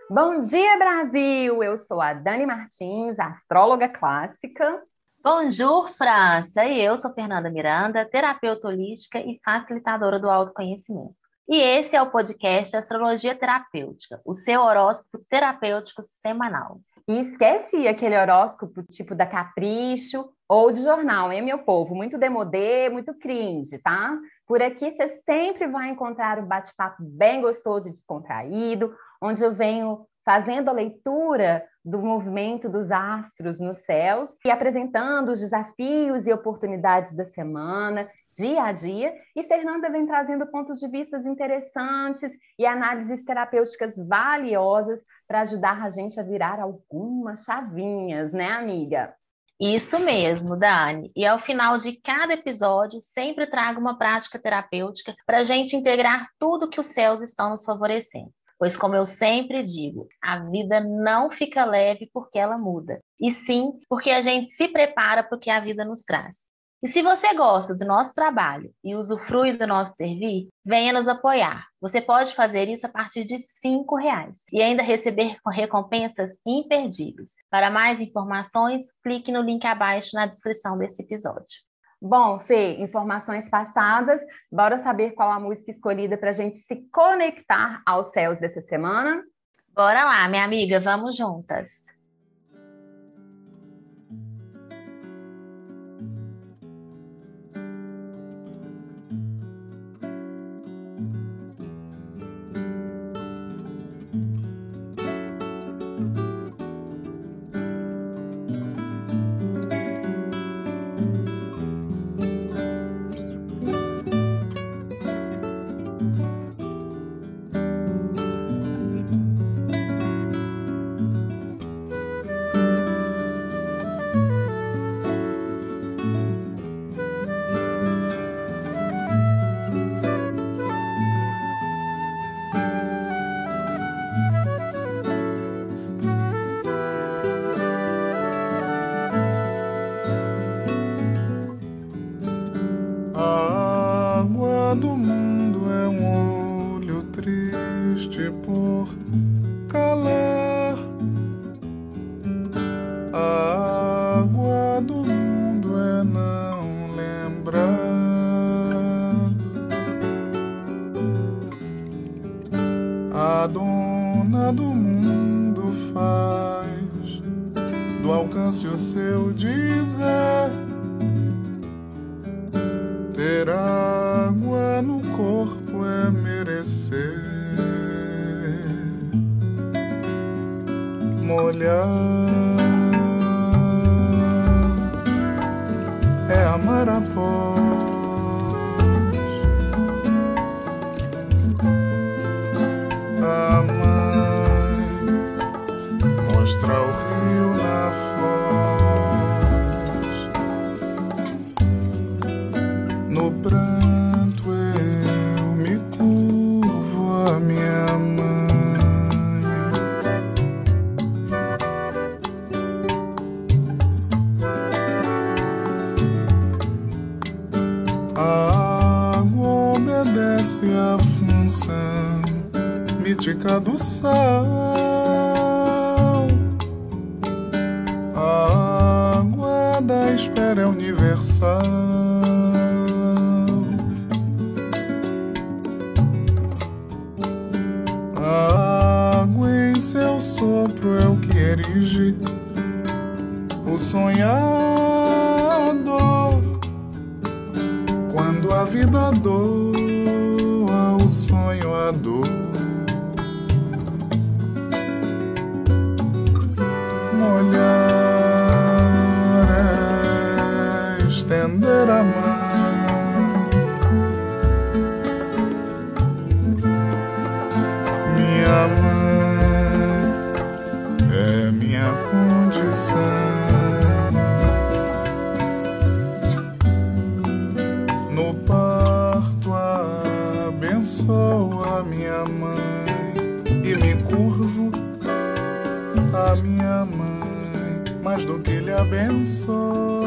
Bom dia, Brasil! Eu sou a Dani Martins, astróloga clássica. Bonjour, França! E eu sou Fernanda Miranda, terapeuta holística e facilitadora do autoconhecimento. E esse é o podcast Astrologia Terapêutica, o seu horóscopo terapêutico semanal. E esquece aquele horóscopo tipo da Capricho ou de jornal, hein, meu povo? Muito demodê, muito cringe, tá? Por aqui você sempre vai encontrar um bate-papo bem gostoso e descontraído, onde eu venho fazendo a leitura do movimento dos astros nos céus e apresentando os desafios e oportunidades da semana, dia a dia. E Fernanda vem trazendo pontos de vista interessantes e análises terapêuticas valiosas para ajudar a gente a virar algumas chavinhas, né, amiga? Isso mesmo, Dani. E ao final de cada episódio, sempre trago uma prática terapêutica para a gente integrar tudo que os céus estão nos favorecendo. Pois, como eu sempre digo, a vida não fica leve porque ela muda, e sim porque a gente se prepara para o que a vida nos traz. E se você gosta do nosso trabalho e usufrui do nosso servir, venha nos apoiar. Você pode fazer isso a partir de R$ 5 e ainda receber recompensas imperdíveis. Para mais informações, clique no link abaixo na descrição desse episódio. Bom, Fê, informações passadas, bora saber qual a música escolhida para a gente se conectar aos céus dessa semana? Bora lá, minha amiga, vamos juntas. A água do mundo é um olho triste por calar. A água do mundo é não lembrar. A dona do mundo faz do alcance o seu dizer. Ter água no corpo é merecer. Molhar é amar após. A mãe mostra o rio na foz. No pranto eu me curvo a minha mãe. A água obedece à função mítica do sal. A água da espera é universal. A água em seu sopro é o que erige o sonhador. Quando a vida doa o sonho a dor. Molhar é estender a mão. Minha mãe é minha condição. No parto abençoo a minha mãe e me curvo a minha mãe mais do que lhe abençoo.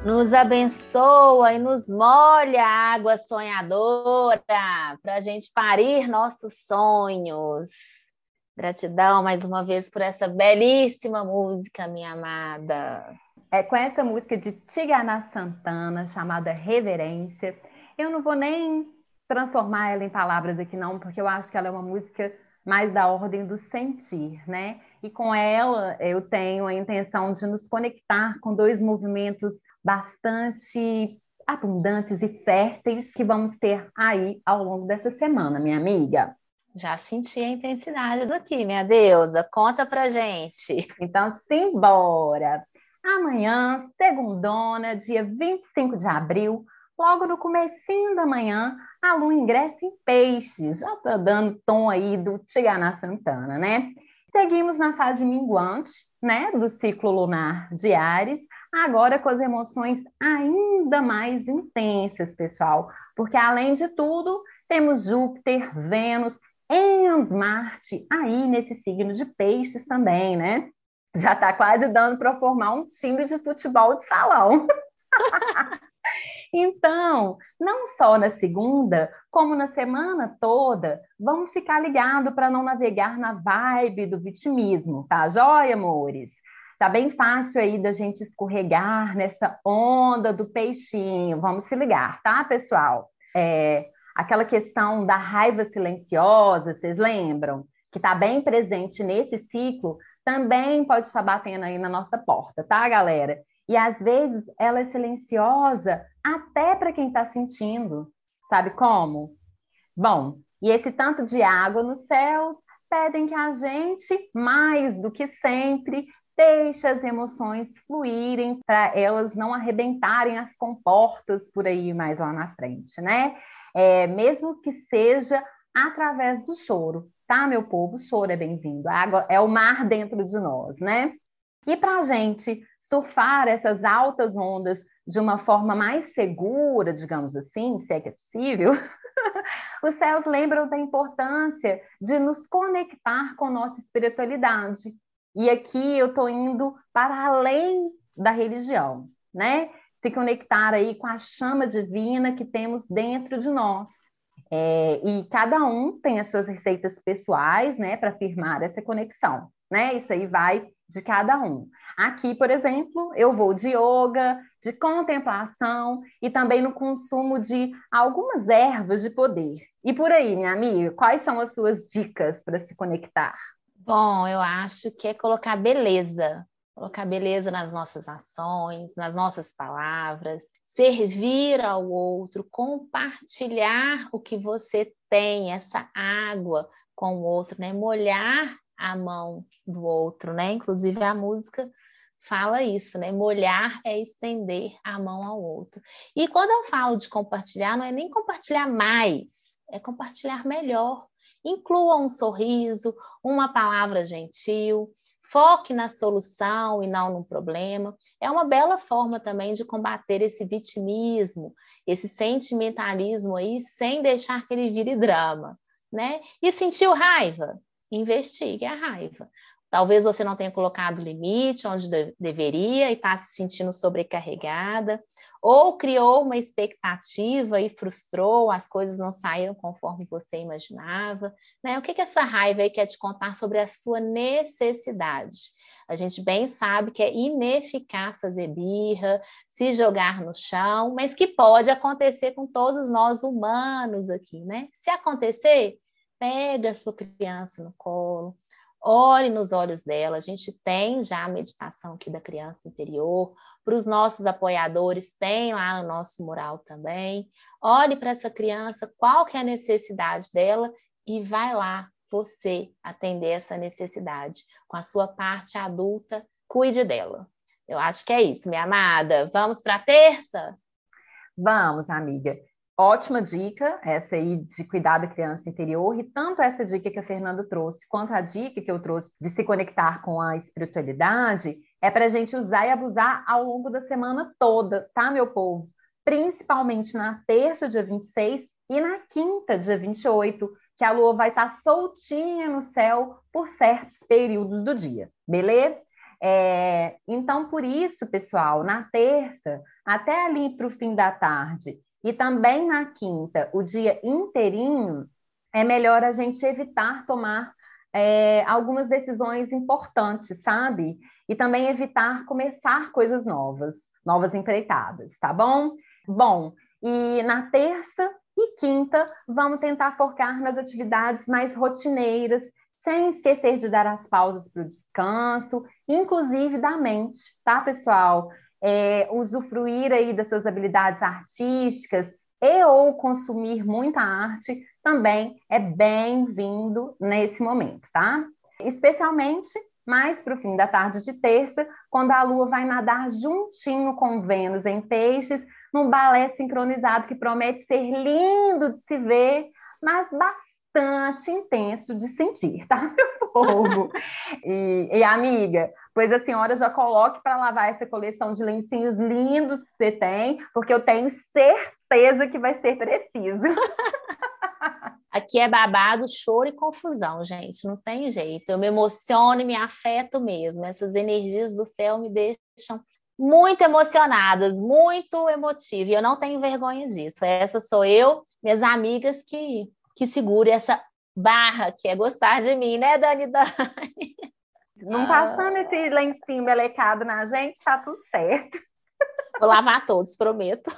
Nos abençoa e nos molha a água sonhadora para a gente parir nossos sonhos. Gratidão mais uma vez por essa belíssima música, minha amada. É com essa música de Tigana Santana, chamada Reverência. Eu não vou nem transformar ela em palavras aqui não, porque eu acho que ela é uma música mais da ordem do sentir, né? E com ela eu tenho a intenção de nos conectar com dois movimentos bastante abundantes e férteis que vamos ter aí ao longo dessa semana, minha amiga. Já senti a intensidade aqui, minha deusa. Conta pra gente. Então, simbora! Amanhã, segundona, dia 25 de abril, logo no comecinho da manhã, a lua ingressa em Peixes. Já tá dando tom aí do Tigana Santana, né? Seguimos na fase minguante, né, do ciclo lunar de Áries, agora com as emoções ainda mais intensas, pessoal, porque além de tudo, temos Júpiter, Vênus e Marte aí nesse signo de Peixes também, né? Já está quase dando para formar um time de futebol de salão. Então, não só na segunda, como na semana toda, vamos ficar ligados para não navegar na vibe do vitimismo, tá joia, amores? Tá bem fácil aí da gente escorregar nessa onda do peixinho. Vamos se ligar, tá, pessoal? Aquela questão da raiva silenciosa, vocês lembram? Que está bem presente nesse ciclo, também pode estar batendo aí na nossa porta, tá, galera? E às vezes ela é silenciosa até para quem está sentindo. Sabe como? Bom, e esse tanto de água nos céus pedem que a gente, mais do que sempre, deixe as emoções fluírem para elas não arrebentarem as comportas por aí mais lá na frente, né? Mesmo que seja através do choro, tá, meu povo? O choro é bem-vindo. A água é o mar dentro de nós, né? E para a gente surfar essas altas ondas de uma forma mais segura, digamos assim, se é que é possível, os céus lembram da importância de nos conectar com nossa espiritualidade. E aqui eu estou indo para além da religião, né? Se conectar aí com a chama divina que temos dentro de nós. E cada um tem as suas receitas pessoais, né, para firmar essa conexão, né? Isso aí vai de cada um. Aqui, por exemplo, eu vou de yoga, de contemplação e também no consumo de algumas ervas de poder. E por aí, minha amiga, quais são as suas dicas para se conectar? Bom, eu acho que é colocar beleza nas nossas ações, nas nossas palavras, servir ao outro, compartilhar o que você tem, essa água com o outro, né? Molhar a mão do outro, né? Inclusive a música fala isso, né? Molhar é estender a mão ao outro. E quando eu falo de compartilhar, não é nem compartilhar mais, é compartilhar melhor. Inclua um sorriso, uma palavra gentil, foque na solução e não no problema. É uma bela forma também de combater esse vitimismo, esse sentimentalismo aí, sem deixar que ele vire drama, né? E sentiu raiva? Investigue a raiva. Talvez você não tenha colocado limite onde deveria e está se sentindo sobrecarregada, ou criou uma expectativa e frustrou, as coisas não saíram conforme você imaginava, né? O que essa raiva aí quer te contar sobre a sua necessidade? A gente bem sabe que é ineficaz fazer birra, se jogar no chão, mas que pode acontecer com todos nós humanos aqui, né? Se acontecer, pega a sua criança no colo, olhe nos olhos dela. A gente tem já a meditação aqui da criança interior. Para os nossos apoiadores, tem lá no nosso mural também. Olhe para essa criança, qual que é a necessidade dela e vai lá você atender essa necessidade. Com a sua parte adulta, cuide dela. Eu acho que é isso, minha amada. Vamos para a terça? Vamos, amiga. Ótima dica, essa aí de cuidar da criança interior, e tanto essa dica que a Fernanda trouxe, quanto a dica que eu trouxe de se conectar com a espiritualidade, é para a gente usar e abusar ao longo da semana toda, tá, meu povo? Principalmente na terça, dia 26, e na quinta, dia 28, que a lua vai estar soltinha no céu por certos períodos do dia, beleza? Então, por isso, pessoal, na terça, até ali para o fim da tarde, e também na quinta, o dia inteirinho, é melhor a gente evitar tomar algumas decisões importantes, sabe? E também evitar começar coisas novas, novas empreitadas, tá bom? Bom, e na terça e quinta, vamos tentar focar nas atividades mais rotineiras, sem esquecer de dar as pausas para o descanso, inclusive da mente, tá, pessoal? Usufruir aí das suas habilidades artísticas e ou consumir muita arte também é bem-vindo nesse momento, tá? Especialmente mais para o fim da tarde de terça, quando a Lua vai nadar juntinho com Vênus em Peixes, num balé sincronizado que promete ser lindo de se ver, mas bastante intenso de sentir, tá, meu povo? E amiga, pois a senhora já coloque para lavar essa coleção de lencinhos lindos que você tem, porque eu tenho certeza que vai ser preciso. Aqui é babado, choro e confusão, gente. Não tem jeito. Eu me emociono e me afeto mesmo. Essas energias do céu me deixam muito emocionadas, muito emotiva. E eu não tenho vergonha disso. Essa sou eu, minhas amigas que seguram essa barra que é gostar de mim, né, Dani? Não passando esse lencinho melecado na gente, tá tudo certo. Vou lavar todos, prometo.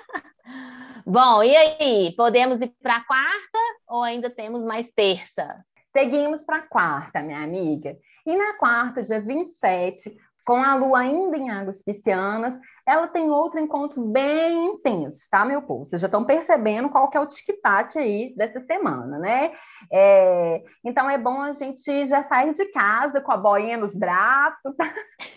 Bom, e aí? Podemos ir para a quarta ou ainda temos mais terça? Seguimos para a quarta, minha amiga. E na quarta, dia 27, com a Lua ainda em águas piscianas, ela tem outro encontro bem intenso, tá, meu povo? Vocês já estão percebendo qual que é o tic-tac aí dessa semana, né? Então é bom a gente já sair de casa com a boinha nos braços, tá?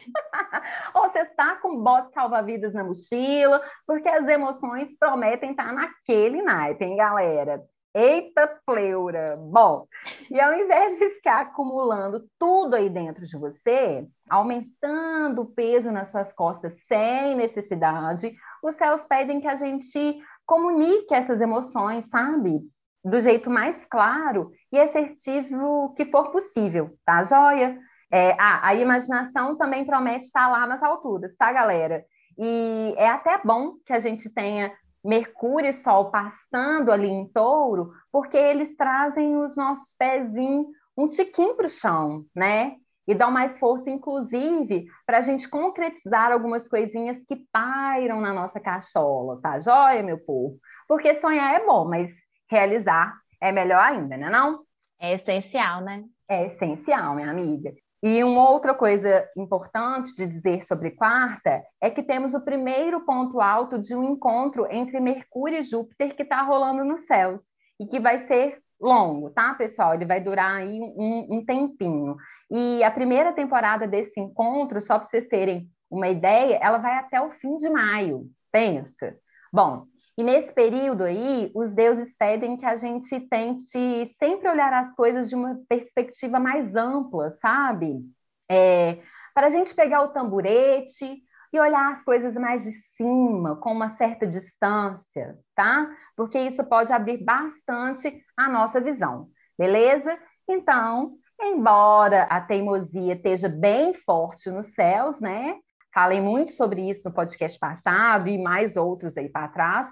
Ou você está com bote salva-vidas na mochila, porque as emoções prometem estar naquele naipe, hein, galera? Eita pleura! Bom, e ao invés de ficar acumulando tudo aí dentro de você, aumentando o peso nas suas costas sem necessidade, os céus pedem que a gente comunique essas emoções, sabe? Do jeito mais claro e assertivo que for possível, tá, joia? A imaginação também promete estar lá nas alturas, tá, galera? E é até bom que a gente tenha Mercúrio e Sol passando ali em Touro, porque eles trazem os nossos pezinhos um tiquinho para o chão, né? E dão mais força, inclusive, para a gente concretizar algumas coisinhas que pairam na nossa cachola, tá joia, meu povo? Porque sonhar é bom, mas realizar é melhor ainda, né, não? É essencial, né? É essencial, minha amiga. E uma outra coisa importante de dizer sobre quarta é que temos o primeiro ponto alto de um encontro entre Mercúrio e Júpiter que está rolando nos céus e que vai ser longo, tá, pessoal? Ele vai durar aí um tempinho. E a primeira temporada desse encontro, só para vocês terem uma ideia, ela vai até o fim de maio. Pensa. Bom, e nesse período aí, os deuses pedem que a gente tente sempre olhar as coisas de uma perspectiva mais ampla, sabe? Para a gente pegar o tamborete e olhar as coisas mais de cima, com uma certa distância, tá? Porque isso pode abrir bastante a nossa visão, beleza? Então, embora a teimosia esteja bem forte nos céus, né? Falei muito sobre isso no podcast passado e mais outros aí para trás.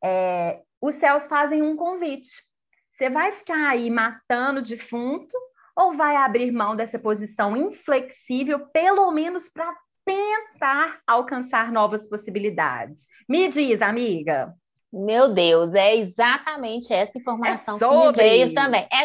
Os céus fazem um convite. Você vai ficar aí matando defunto ou vai abrir mão dessa posição inflexível, pelo menos para tentar alcançar novas possibilidades? Me diz, amiga. Meu Deus, é exatamente essa informação que me veio também. É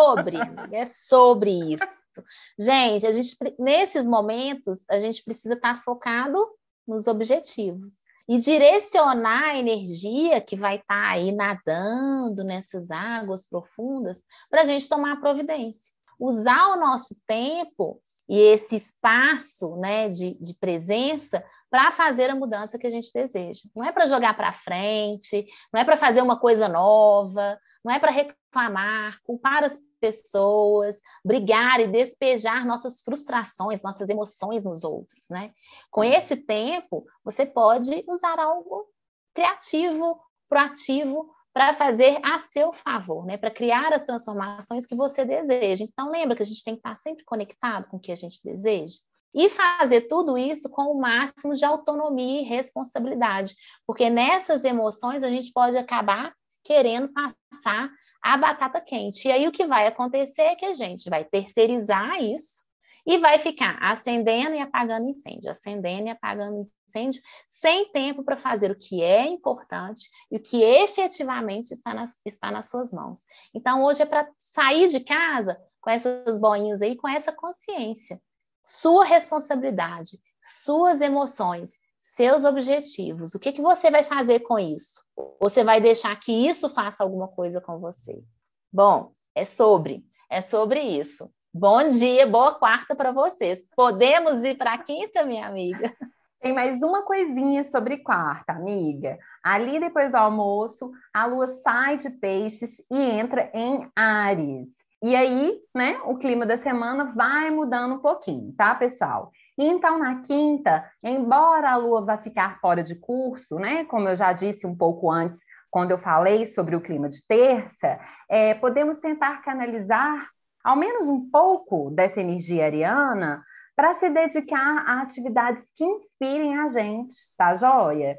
sobre isso. Gente, nesses momentos, a gente precisa estar focado nos objetivos e direcionar a energia que vai estar aí nadando nessas águas profundas para a gente tomar providência. Usar o nosso tempo e esse espaço, né, de presença para fazer a mudança que a gente deseja. Não é para jogar para frente, não é para fazer uma coisa nova, não é para reclamar, culpar as pessoas, brigar e despejar nossas frustrações, nossas emoções nos outros, né? Com esse tempo, você pode usar algo criativo, proativo, para fazer a seu favor, né? Para criar as transformações que você deseja. Então, lembra que a gente tem que estar sempre conectado com o que a gente deseja? E fazer tudo isso com o máximo de autonomia e responsabilidade, porque nessas emoções a gente pode acabar querendo passar a batata quente. E aí o que vai acontecer é que a gente vai terceirizar isso e vai ficar acendendo e apagando incêndio, acendendo e apagando incêndio, sem tempo para fazer o que é importante e o que efetivamente está nas suas mãos. Então, hoje é para sair de casa com essas boinhas aí, com essa consciência. Sua responsabilidade, suas emoções, seus objetivos. O que você vai fazer com isso? Você vai deixar que isso faça alguma coisa com você? Bom, é sobre isso. Bom dia, boa quarta para vocês. Podemos ir para a quinta, minha amiga? Tem mais uma coisinha sobre quarta, amiga. Ali depois do almoço, a lua sai de peixes e entra em Áries. E aí, né, o clima da semana vai mudando um pouquinho, tá, pessoal? Então, na quinta, embora a lua vá ficar fora de curso, né, como eu já disse um pouco antes, quando eu falei sobre o clima de terça, podemos tentar canalizar ao menos um pouco dessa energia ariana para se dedicar a atividades que inspirem a gente, tá joia?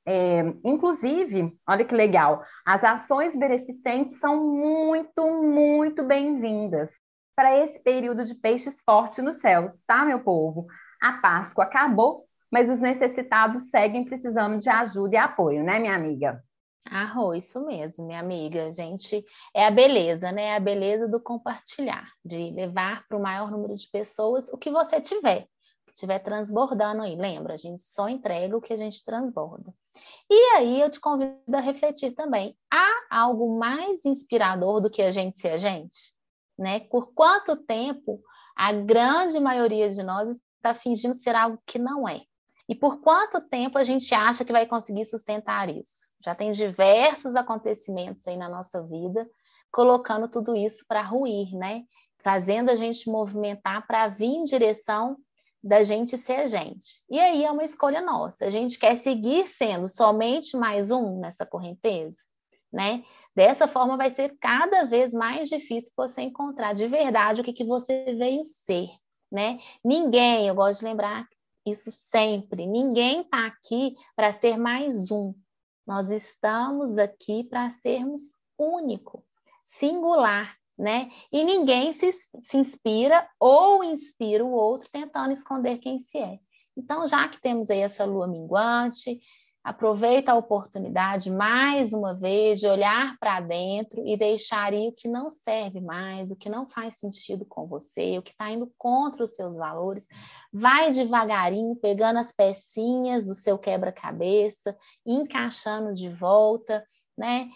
Inclusive, olha que legal, as ações beneficentes são muito, muito bem-vindas para esse período de peixes forte nos céus, tá, meu povo? A Páscoa acabou, mas os necessitados seguem precisando de ajuda e apoio, né, minha amiga? Isso mesmo, minha amiga. Gente, é a beleza, né? É a beleza do compartilhar, de levar para o maior número de pessoas o que você tiver, que estiver transbordando aí. Lembra, a gente só entrega o que a gente transborda. E aí eu te convido a refletir também. Há algo mais inspirador do que a gente ser a gente? Né? Por quanto tempo a grande maioria de nós está fingindo ser algo que não é? E por quanto tempo a gente acha que vai conseguir sustentar isso? Já tem diversos acontecimentos aí na nossa vida, colocando tudo isso para ruir, né? Fazendo a gente movimentar para vir em direção da gente ser a gente. E aí é uma escolha nossa. A gente quer seguir sendo somente mais um nessa correnteza, né? Dessa forma vai ser cada vez mais difícil você encontrar de verdade o que você veio ser, né? Ninguém, eu gosto de lembrar isso sempre, ninguém está aqui para ser mais um. Nós estamos aqui para sermos único, singular, né? E ninguém se inspira ou inspira o outro tentando esconder quem se é. Então, já que temos aí essa lua minguante, aproveita a oportunidade mais uma vez de olhar para dentro e deixar aí o que não serve mais, o que não faz sentido com você, o que está indo contra os seus valores. Vai devagarinho, pegando as pecinhas do seu quebra-cabeça, encaixando de volta, né?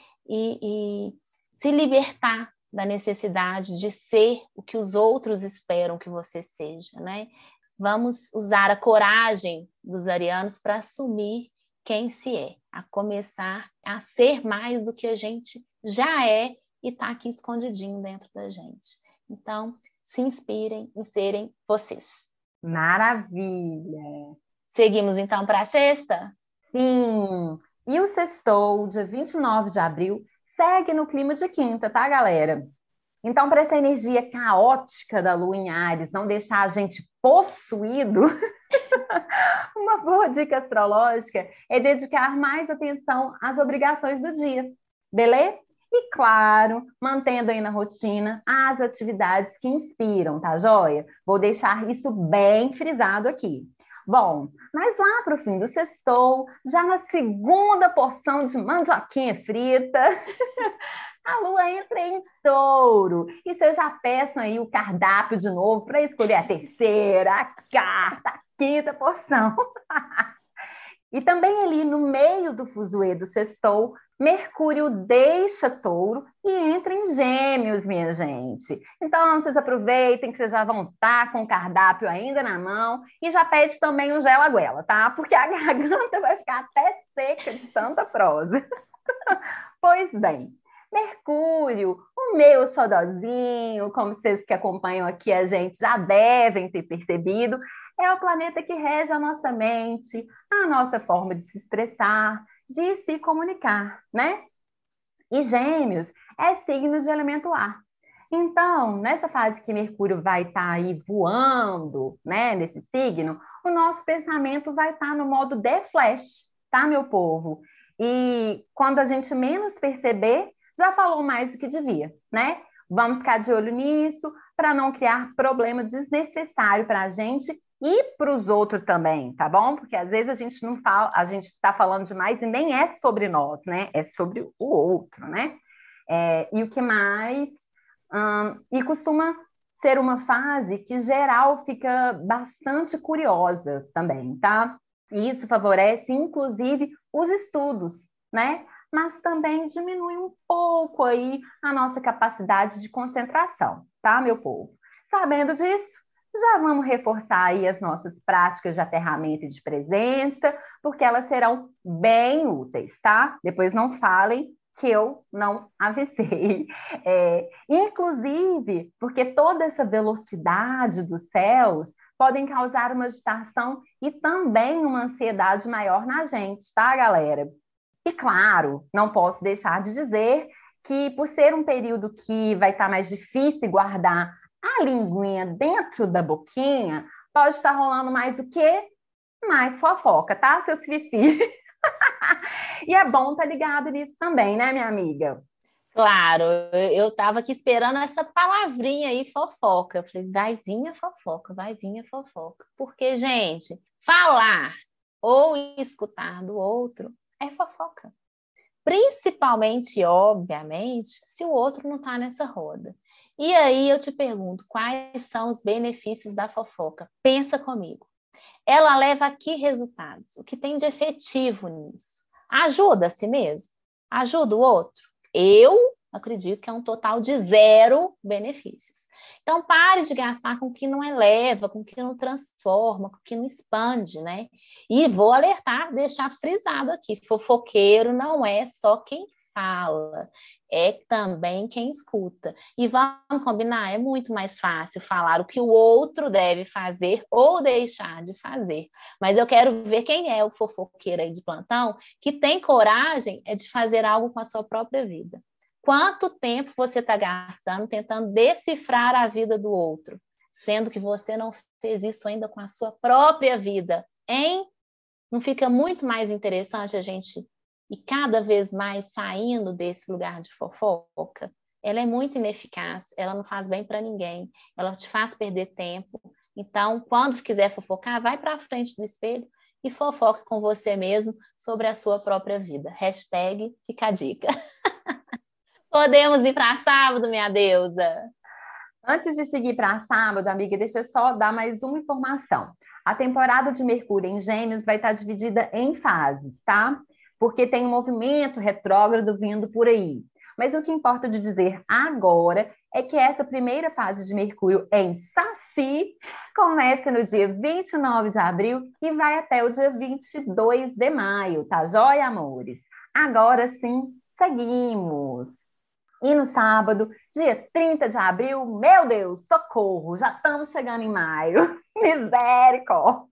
E se libertar da necessidade de ser o que os outros esperam que você seja, né? Vamos usar a coragem dos arianos para assumir quem se é, a começar a ser mais do que a gente já é e está aqui escondidinho dentro da gente. Então, se inspirem em serem vocês. Maravilha! Seguimos então para a sexta? Sim! E o sextou, dia 29 de abril, segue no clima de quinta, tá, galera? Então, para essa energia caótica da Lua em Áries não deixar a gente possuído, uma boa dica astrológica é dedicar mais atenção às obrigações do dia, beleza? E, claro, mantendo aí na rotina as atividades que inspiram, tá joia? Vou deixar isso bem frisado aqui. Bom, mas lá para o fim do sextou, já na segunda porção de mandioquinha frita, a lua entra em touro. E vocês já peçam aí o cardápio de novo para escolher a terceira, a quarta, a quinta porção. E também ali no meio do fuzuê do sextou, Mercúrio deixa touro e entra em gêmeos, minha gente. Então, vocês aproveitem que vocês já vão estar com o cardápio ainda na mão e já pede também um gel à goela, tá? Porque a garganta vai ficar até seca de tanta prosa. Pois bem, Mercúrio, o meu xodozinho, como vocês que acompanham aqui a gente já devem ter percebido, é o planeta que rege a nossa mente, a nossa forma de se expressar, de se comunicar, né? E Gêmeos é signo de elemento ar. Então, nessa fase que Mercúrio vai estar aí voando, né, nesse signo, o nosso pensamento vai estar no modo de flash, tá, meu povo? E quando a gente menos perceber, já falou mais do que devia, né? Vamos ficar de olho nisso para não criar problema desnecessário para a gente e para os outros também, tá bom? Porque às vezes a gente não fala, a gente está falando demais e nem é sobre nós, né? É sobre o outro, né? E o que mais? E costuma ser uma fase que geral fica bastante curiosa também, tá? E isso favorece, inclusive, os estudos, né? Mas também diminui um pouco aí a nossa capacidade de concentração, tá, meu povo? Sabendo disso, já vamos reforçar aí as nossas práticas de aterramento e de presença, porque elas serão bem úteis, tá? Depois não falem que eu não avisei. Inclusive, porque toda essa velocidade dos céus podem causar uma agitação e também uma ansiedade maior na gente, tá, galera? E claro, não posso deixar de dizer que por ser um período que vai estar mais difícil guardar a linguinha dentro da boquinha, pode estar rolando mais o quê? Mais fofoca, tá, seus fifi? E é bom estar ligado nisso também, né, minha amiga? Claro, eu estava aqui esperando essa palavrinha aí, fofoca. Eu falei, vai vir a fofoca, vai vir a fofoca. Porque, gente, falar ou escutar do outro é fofoca. Principalmente, obviamente, se o outro não está nessa roda. E aí eu te pergunto, quais são os benefícios da fofoca? Pensa comigo. Ela leva a que resultados? O que tem de efetivo nisso? Ajuda a si mesmo? Ajuda o outro? Eu acredito que é um total de zero benefícios. Então, pare de gastar com o que não eleva, com o que não transforma, com o que não expande, né? E vou alertar, deixar frisado aqui: fofoqueiro não é só quem fala, é também quem escuta. E vamos combinar, é muito mais fácil falar o que o outro deve fazer ou deixar de fazer. Mas eu quero ver quem é o fofoqueiro aí de plantão que tem coragem de fazer algo com a sua própria vida. Quanto tempo você está gastando tentando decifrar a vida do outro, sendo que você não fez isso ainda com a sua própria vida, hein? Não fica muito mais interessante a gente ir cada vez mais saindo desse lugar de fofoca? Ela é muito ineficaz, ela não faz bem para ninguém, ela te faz perder tempo. Então, quando quiser fofocar, vai para a frente do espelho e fofoca com você mesmo sobre a sua própria vida. Hashtag fica a dica. Podemos ir para sábado, minha deusa? Antes de seguir para sábado, amiga, deixa eu só dar mais uma informação. A temporada de Mercúrio em Gêmeos vai estar dividida em fases, tá? Porque tem um movimento retrógrado vindo por aí. Mas o que importa de dizer agora é que essa primeira fase de Mercúrio em Saci começa no dia 29 de abril e vai até o dia 22 de maio, tá joia, amores? Agora sim, seguimos. E no sábado, dia 30 de abril, meu Deus, socorro, já estamos chegando em maio. Misericórdia!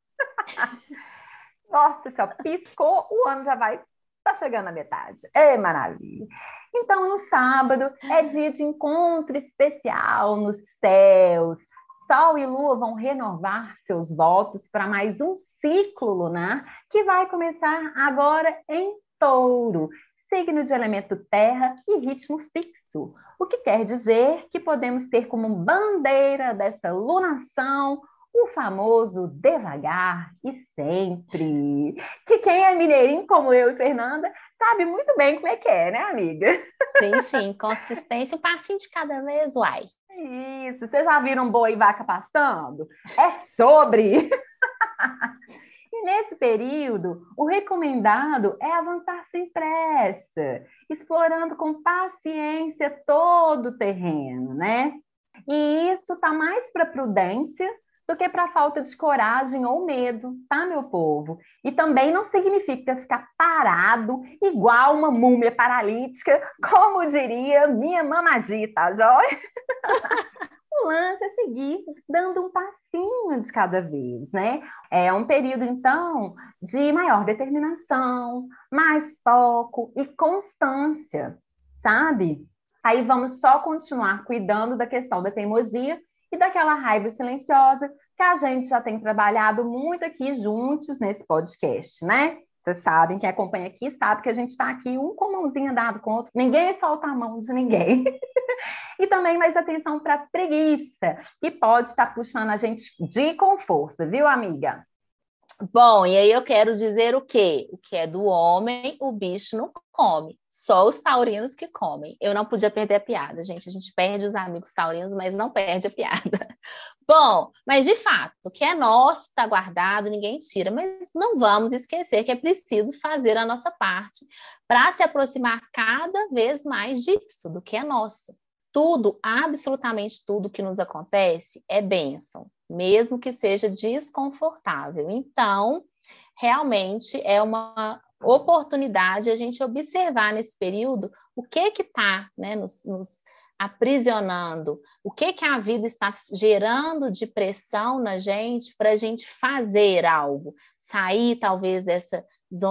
Nossa, só piscou, o ano já vai, tá chegando à metade. É maravilha! Então, no sábado, é dia de encontro especial nos céus. Sol e Lua vão renovar seus votos para mais um ciclo lunar que vai começar agora em Touro, signo de elemento terra e ritmo fixo, o que quer dizer que podemos ter como bandeira dessa lunação o famoso devagar e sempre, que quem é mineirinho como eu e Fernanda sabe muito bem como é que é, né, amiga? Sim, sim, consistência, um passinho de cada vez, uai. Isso, vocês já viram boi e vaca pastando? É sobre! E nesse período, o recomendado é avançar sem pressa, explorando com paciência todo o terreno, né? E isso tá mais para prudência do que para falta de coragem ou medo, tá, meu povo? E também não significa ficar parado igual uma múmia paralítica, como diria minha mamadi, tá, joia? O lance é seguir dando um passinho de cada vez, né? É um período, então, de maior determinação, mais foco e constância, sabe? Aí vamos só continuar cuidando da questão da teimosia e daquela raiva silenciosa que a gente já tem trabalhado muito aqui juntos nesse podcast, né? Vocês sabem, quem acompanha aqui sabe que a gente está aqui um com a mãozinha dada com o outro, ninguém solta a mão de ninguém. E também mais atenção para a preguiça, que pode estar puxando a gente de com força, viu, amiga? Bom, e aí eu quero dizer o quê? O que é do homem, o bicho não come. Só os taurinos que comem. Eu não podia perder a piada, gente. A gente perde os amigos taurinos, mas não perde a piada. Bom, mas de fato, o que é nosso está guardado, ninguém tira. Mas não vamos esquecer que é preciso fazer a nossa parte para se aproximar cada vez mais disso, do que é nosso. Tudo, absolutamente tudo que nos acontece é bênção, mesmo que seja desconfortável. Então, realmente é uma oportunidade a gente observar nesse período o que está, né, nos aprisionando, o que a vida está gerando de pressão na gente para a gente fazer algo, sair talvez dessa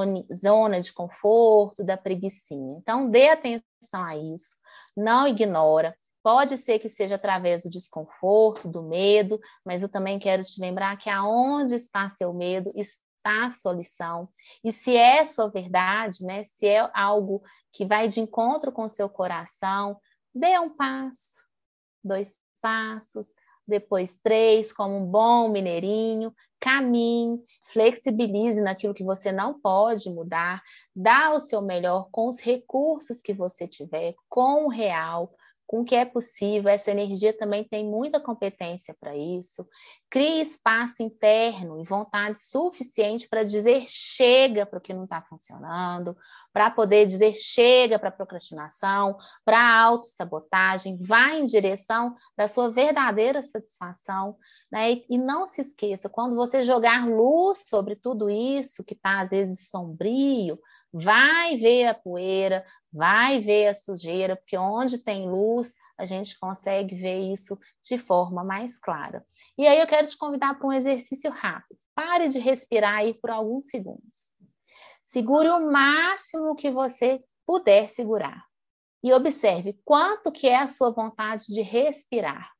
zona de conforto, da preguicinha. Então, dê atenção a isso, não ignora. Pode ser que seja através do desconforto, do medo, mas eu também quero te lembrar que aonde está seu medo, está a sua lição. E se é sua verdade, né? Se é algo que vai de encontro com o seu coração, dê um passo, 2 passos, depois 3, como um bom mineirinho, caminhe, flexibilize naquilo que você não pode mudar, dá o seu melhor com os recursos que você tiver, com o real, com o que é possível. Essa energia também tem muita competência para isso. Crie espaço interno e vontade suficiente para dizer chega para o que não está funcionando, para poder dizer chega para a procrastinação, para a autossabotagem, vá em direção da sua verdadeira satisfação, né? E não se esqueça, quando você jogar luz sobre tudo isso que está às vezes sombrio, vai ver a poeira, vai ver a sujeira, porque onde tem luz, a gente consegue ver isso de forma mais clara. E aí eu quero te convidar para um exercício rápido. Pare de respirar aí por alguns segundos. Segure o máximo que você puder segurar. E observe quanto que é a sua vontade de respirar.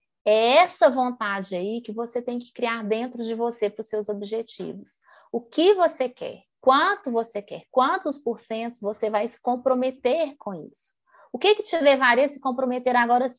É essa vontade aí que você tem que criar dentro de você para os seus objetivos. O que você quer? Quanto você quer? Quantos por cento você vai se comprometer com isso? O que te levaria a se comprometer agora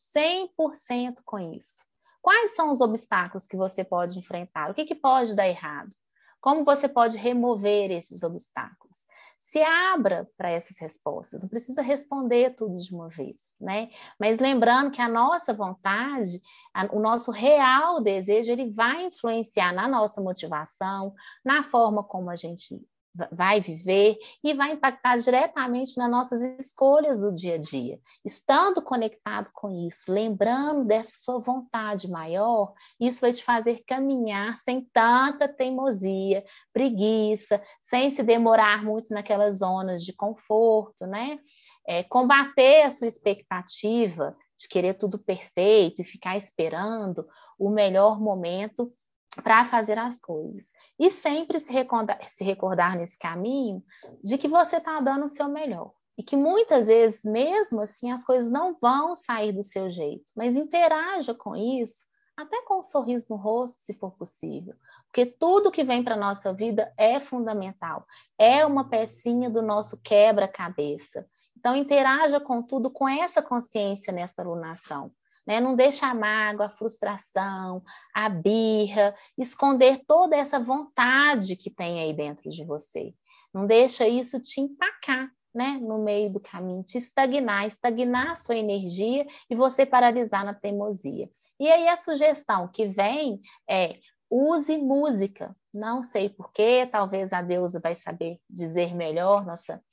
100% com isso? Quais são os obstáculos que você pode enfrentar? O que pode dar errado? Como você pode remover esses obstáculos? Se abra para essas respostas, não precisa responder tudo de uma vez, né? Mas lembrando que a nossa vontade, o nosso real desejo, ele vai influenciar na nossa motivação, na forma como a gente vai viver e vai impactar diretamente nas nossas escolhas do dia a dia. Estando conectado com isso, lembrando dessa sua vontade maior, isso vai te fazer caminhar sem tanta teimosia, preguiça, sem se demorar muito naquelas zonas de conforto, né? Combater a sua expectativa de querer tudo perfeito e ficar esperando o melhor momento para fazer as coisas. E sempre se recordar nesse caminho de que você está dando o seu melhor. E que muitas vezes, mesmo assim, as coisas não vão sair do seu jeito. Mas interaja com isso, até com um sorriso no rosto, se for possível. Porque tudo que vem para a nossa vida é fundamental. É uma pecinha do nosso quebra-cabeça. Então, interaja com tudo com essa consciência nessa alunação. Né? Não deixa a mágoa, a frustração, a birra, esconder toda essa vontade que tem aí dentro de você. Não deixa isso te empacar, né? No meio do caminho, te estagnar a sua energia e você paralisar na teimosia. E aí a sugestão que vem é: use música. Não sei porquê, talvez a deusa vai saber dizer melhor, nossa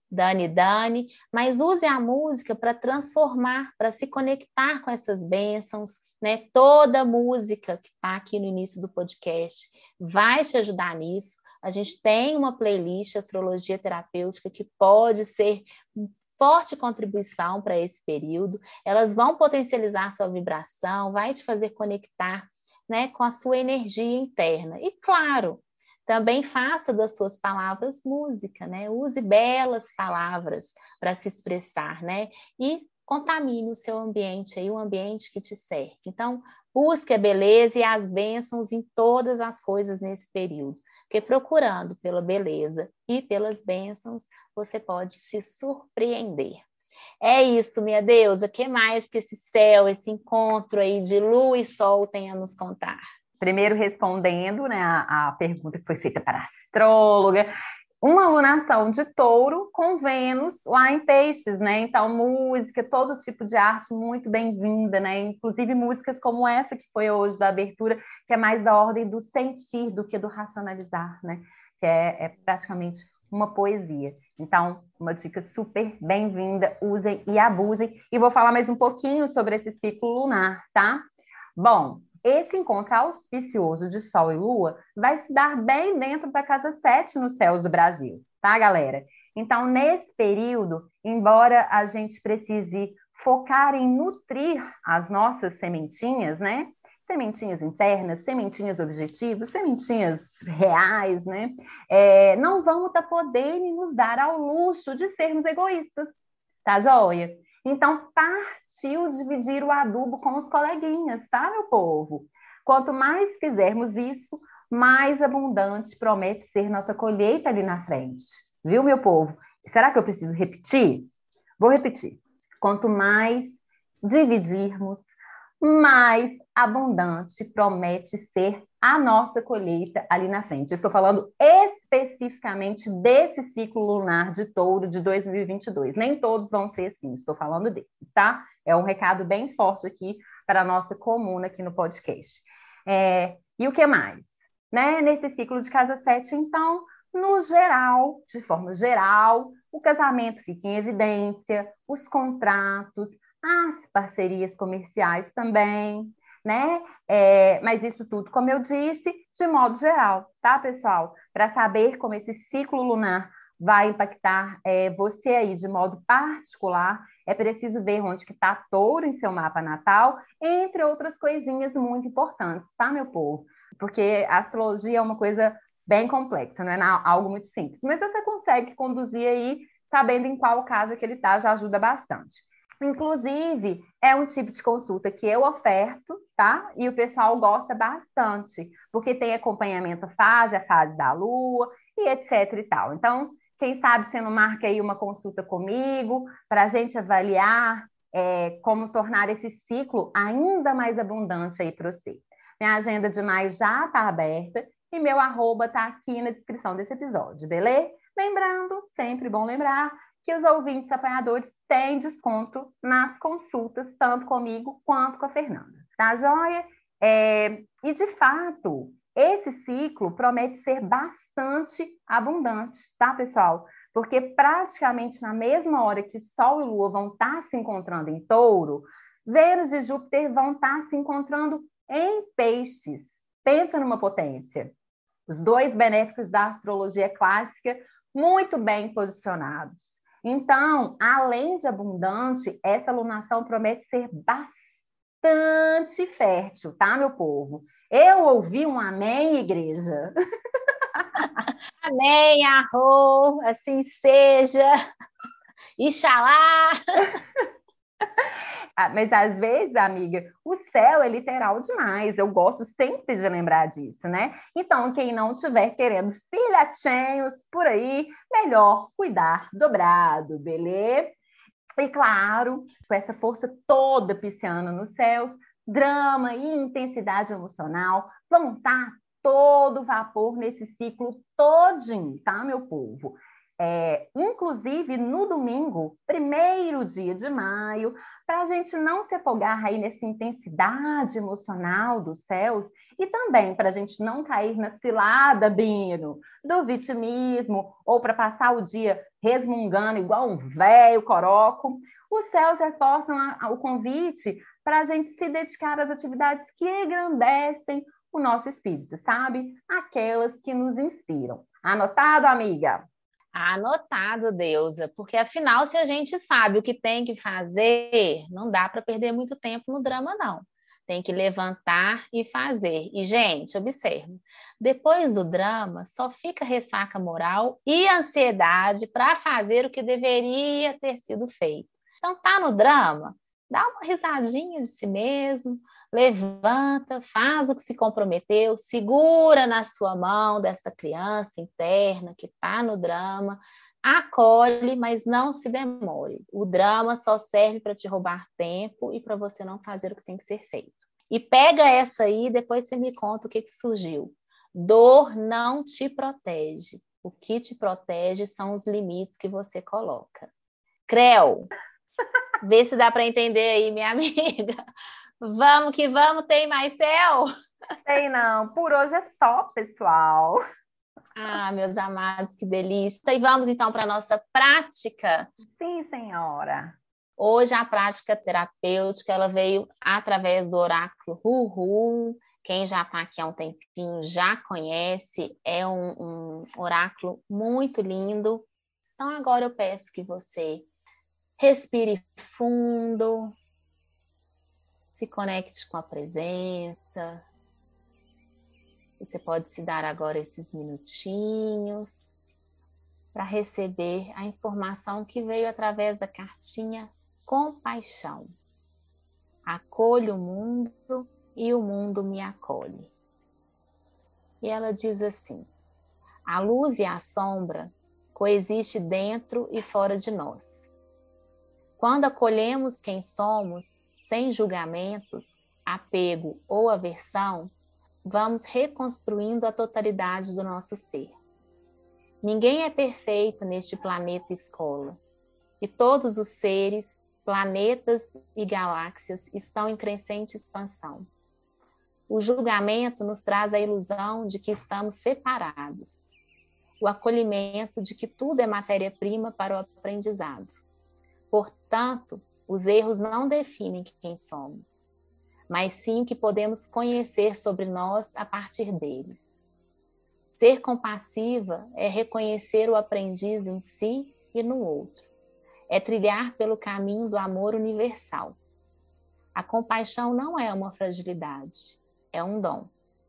Dani, mas use a música para transformar, para se conectar com essas bênçãos, né? Toda música que está aqui no início do podcast vai te ajudar nisso. A gente tem uma playlist Astrologia Terapêutica que pode ser forte contribuição para esse período. Elas vão potencializar a sua vibração, vai te fazer conectar, né, com a sua energia interna. E claro, também faça das suas palavras música, né? Use belas palavras para se expressar, né? E contamine o seu ambiente, aí, o ambiente que te cerca. Então, busque a beleza e as bênçãos em todas as coisas nesse período, porque procurando pela beleza e pelas bênçãos, você pode se surpreender. É isso, minha deusa, o que mais que esse céu, esse encontro aí de lua e sol tem a nos contar? Primeiro respondendo, né, a pergunta que foi feita para a astróloga, uma alunação de touro com Vênus lá em peixes, né? Então, música, todo tipo de arte muito bem-vinda, né? Inclusive músicas como essa que foi hoje da abertura, que é mais da ordem do sentir do que do racionalizar, né? Que é praticamente uma poesia. Então, uma dica super bem-vinda, usem e abusem. E vou falar mais um pouquinho sobre esse ciclo lunar, tá? Bom, esse encontro auspicioso de Sol e Lua vai se dar bem dentro da casa 7 nos céus do Brasil, tá, galera? Então, nesse período, embora a gente precise focar em nutrir as nossas sementinhas, né? Sementinhas internas, sementinhas objetivas, sementinhas reais, né? Não vamos podendo nos dar ao luxo de sermos egoístas, tá, joia? Então, partiu dividir o adubo com os coleguinhas, tá, meu povo? Quanto mais fizermos isso, mais abundante promete ser nossa colheita ali na frente. Viu, meu povo? Será que eu preciso repetir? Vou repetir. Quanto mais dividirmos, mais abundante promete ser a nossa colheita ali na frente. Eu estou falando especificamente desse ciclo lunar de Touro de 2022. Nem todos vão ser assim, estou falando desses, tá? É um recado bem forte aqui para a nossa comuna aqui no podcast. E o que mais? Né? Nesse ciclo de casa 7, então, no geral, de forma geral, o casamento fica em evidência, os contratos, as parcerias comerciais também, né? Mas isso tudo, como eu disse, de modo geral, tá, pessoal? Para saber como esse ciclo lunar vai impactar você aí de modo particular, é preciso ver onde que está Touro em seu mapa natal, entre outras coisinhas muito importantes, tá, meu povo? Porque a astrologia é uma coisa bem complexa, não é algo muito simples. Mas você consegue conduzir aí, sabendo em qual casa que ele está, já ajuda bastante. Inclusive, é um tipo de consulta que eu oferto, tá? E o pessoal gosta bastante, porque tem acompanhamento a fase da lua e etc e tal. Então, quem sabe você não marca aí uma consulta comigo para a gente avaliar como tornar esse ciclo ainda mais abundante aí para você. Minha agenda de maio já está aberta e meu @ está aqui na descrição desse episódio, beleza? Lembrando, sempre bom lembrar, que os ouvintes apoiadores têm desconto nas consultas, tanto comigo quanto com a Fernanda. Tá, joia? E, de fato, esse ciclo promete ser bastante abundante, tá, pessoal? Porque praticamente na mesma hora que Sol e Lua vão estar se encontrando em Touro, Vênus e Júpiter vão estar se encontrando em Peixes. Pensa numa potência. Os dois benéficos da astrologia clássica muito bem posicionados. Então, além de abundante, essa alunação promete ser bastante fértil, tá, meu povo? Eu ouvi um amém, igreja? Amém, arro, assim seja. Ixalá! Mas às vezes, amiga, o céu é literal demais. Eu gosto sempre de lembrar disso, né? Então, quem não estiver querendo filhotinhos por aí, melhor cuidar dobrado, beleza? E claro, com essa força toda pisciana nos céus, drama e intensidade emocional vão estar todo vapor nesse ciclo todinho, tá, meu povo? Inclusive no domingo, 1º dia de maio, para a gente não se afogar aí nessa intensidade emocional dos céus e também para a gente não cair na cilada, Bino, do vitimismo ou para passar o dia resmungando igual um velho coroco, os céus reforçam o convite para a gente se dedicar às atividades que engrandecem o nosso espírito, sabe? Aquelas que nos inspiram. Anotado, amiga? Anotado, deusa, porque afinal, se a gente sabe o que tem que fazer, não dá para perder muito tempo no drama, não. Tem que levantar e fazer. E, gente, observe, depois do drama, só fica ressaca moral e ansiedade para fazer o que deveria ter sido feito. Então, tá no drama? Dá uma risadinha de si mesmo, levanta, faz o que se comprometeu, segura na sua mão dessa criança interna que está no drama, acolhe, mas não se demore. O drama só serve para te roubar tempo e para você não fazer o que tem que ser feito. E pega essa aí, depois você me conta o que surgiu. Dor não te protege. O que te protege são os limites que você coloca. Creu, vê se dá para entender aí, minha amiga. Vamos que vamos, tem mais céu? Sei não, por hoje é só, pessoal. Ah, meus amados, que delícia. E vamos então para a nossa prática. Sim, senhora. Hoje a prática terapêutica, ela veio através do oráculo Hu-Hu. Quem já está aqui há um tempinho já conhece, é um oráculo muito lindo. Então agora eu peço que você respire fundo, se conecte com a presença. Você pode se dar agora esses minutinhos para receber a informação que veio através da cartinha Compaixão. Acolho o mundo e o mundo me acolhe. E ela diz assim: a luz e a sombra coexistem dentro e fora de nós. Quando acolhemos quem somos, sem julgamentos, apego ou aversão, vamos reconstruindo a totalidade do nosso ser. Ninguém é perfeito neste planeta escola, e todos os seres, planetas e galáxias estão em crescente expansão. O julgamento nos traz a ilusão de que estamos separados, o acolhimento de que tudo é matéria-prima para o aprendizado. Portanto, os erros não definem quem somos, mas sim o que podemos conhecer sobre nós a partir deles. Ser compassiva é reconhecer o aprendiz em si e no outro. É trilhar pelo caminho do amor universal. A compaixão não é uma fragilidade, é um dom.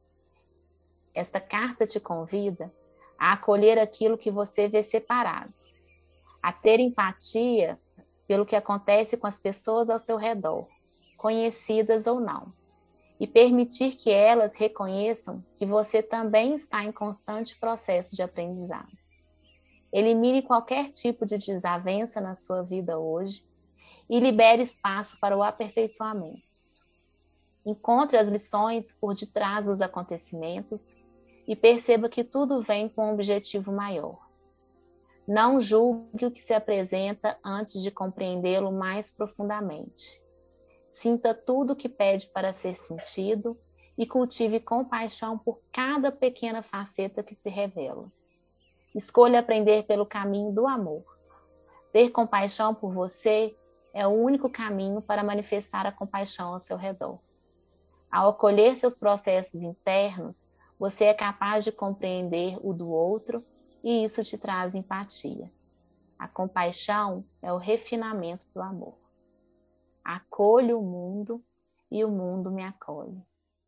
Esta carta te convida a acolher aquilo que você vê separado, a ter empatia pelo que acontece com as pessoas ao seu redor, conhecidas ou não, e permitir que elas reconheçam que você também está em constante processo de aprendizado. Elimine qualquer tipo de desavença na sua vida hoje e libere espaço para o aperfeiçoamento. Encontre as lições por detrás dos acontecimentos e perceba que tudo vem com um objetivo maior. Não julgue o que se apresenta antes de compreendê-lo mais profundamente. Sinta tudo o que pede para ser sentido e cultive compaixão por cada pequena faceta que se revela. Escolha aprender pelo caminho do amor. Ter compaixão por você é o único caminho para manifestar a compaixão ao seu redor. Ao acolher seus processos internos, você é capaz de compreender o do outro e isso te traz empatia. A compaixão é o refinamento do amor. Acolho o mundo e o mundo me acolhe.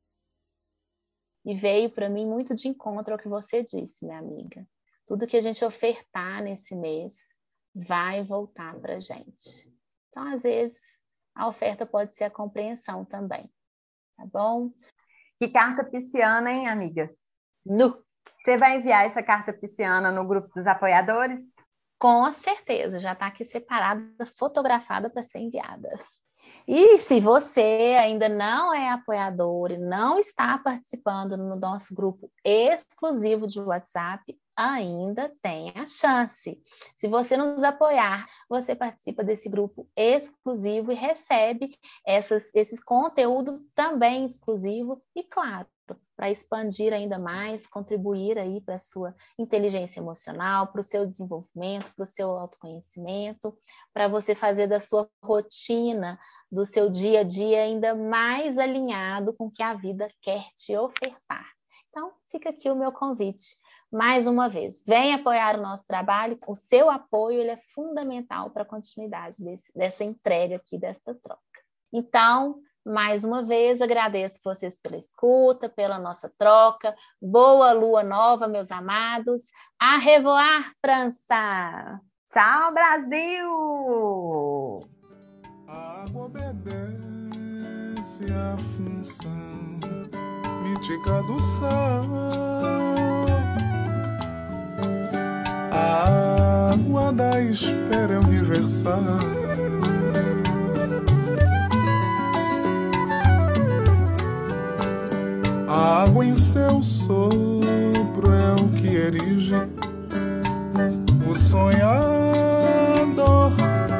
E veio para mim muito de encontro ao que você disse, minha amiga. Tudo que a gente ofertar nesse mês vai voltar para a gente. Então, às vezes, a oferta pode ser a compreensão também. Tá bom? Que carta pisciana, hein, amiga? Nu! Você vai enviar essa carta pisciana no grupo dos apoiadores? Com certeza, já está aqui separada, fotografada para ser enviada. E se você ainda não é apoiador e não está participando no nosso grupo exclusivo de WhatsApp, ainda tem a chance. Se você nos apoiar, você participa desse grupo exclusivo e recebe esses conteúdos também exclusivo e, claro, para expandir ainda mais, contribuir aí para a sua inteligência emocional, para o seu desenvolvimento, para o seu autoconhecimento, para você fazer da sua rotina, do seu dia a dia ainda mais alinhado com o que a vida quer te ofertar. Então, fica aqui o meu convite. Mais uma vez, venha apoiar o nosso trabalho. O seu apoio ele é fundamental para a continuidade dessa entrega aqui, dessa troca. Então, mais uma vez, agradeço vocês pela escuta, pela nossa troca. Boa lua nova, meus amados. A revoar, França! Tchau, Brasil! A água obedece à função mítica do sal. A água da espera é universal. A água em seu sopro é o que erige o sonhador.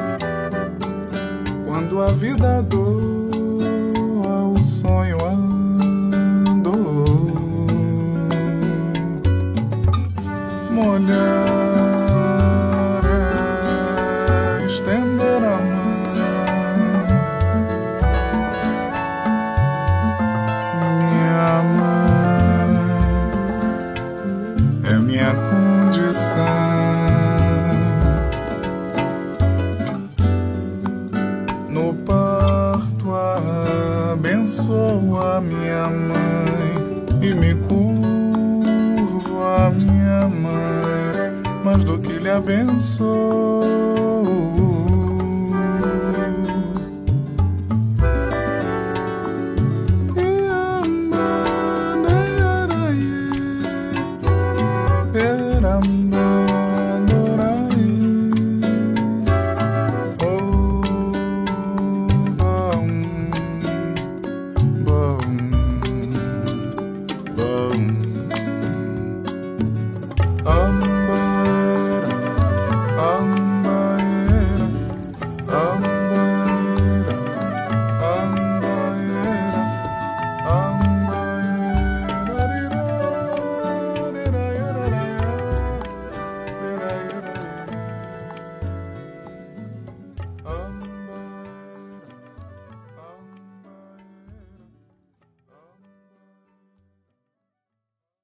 Quando a vida doa o sonho andou. Molhar é estender a mão. Minha mãe é minha condição. No parto abençoo a minha mãe e me curvo a minha mãe, mais do que lhe abençoo. Bum.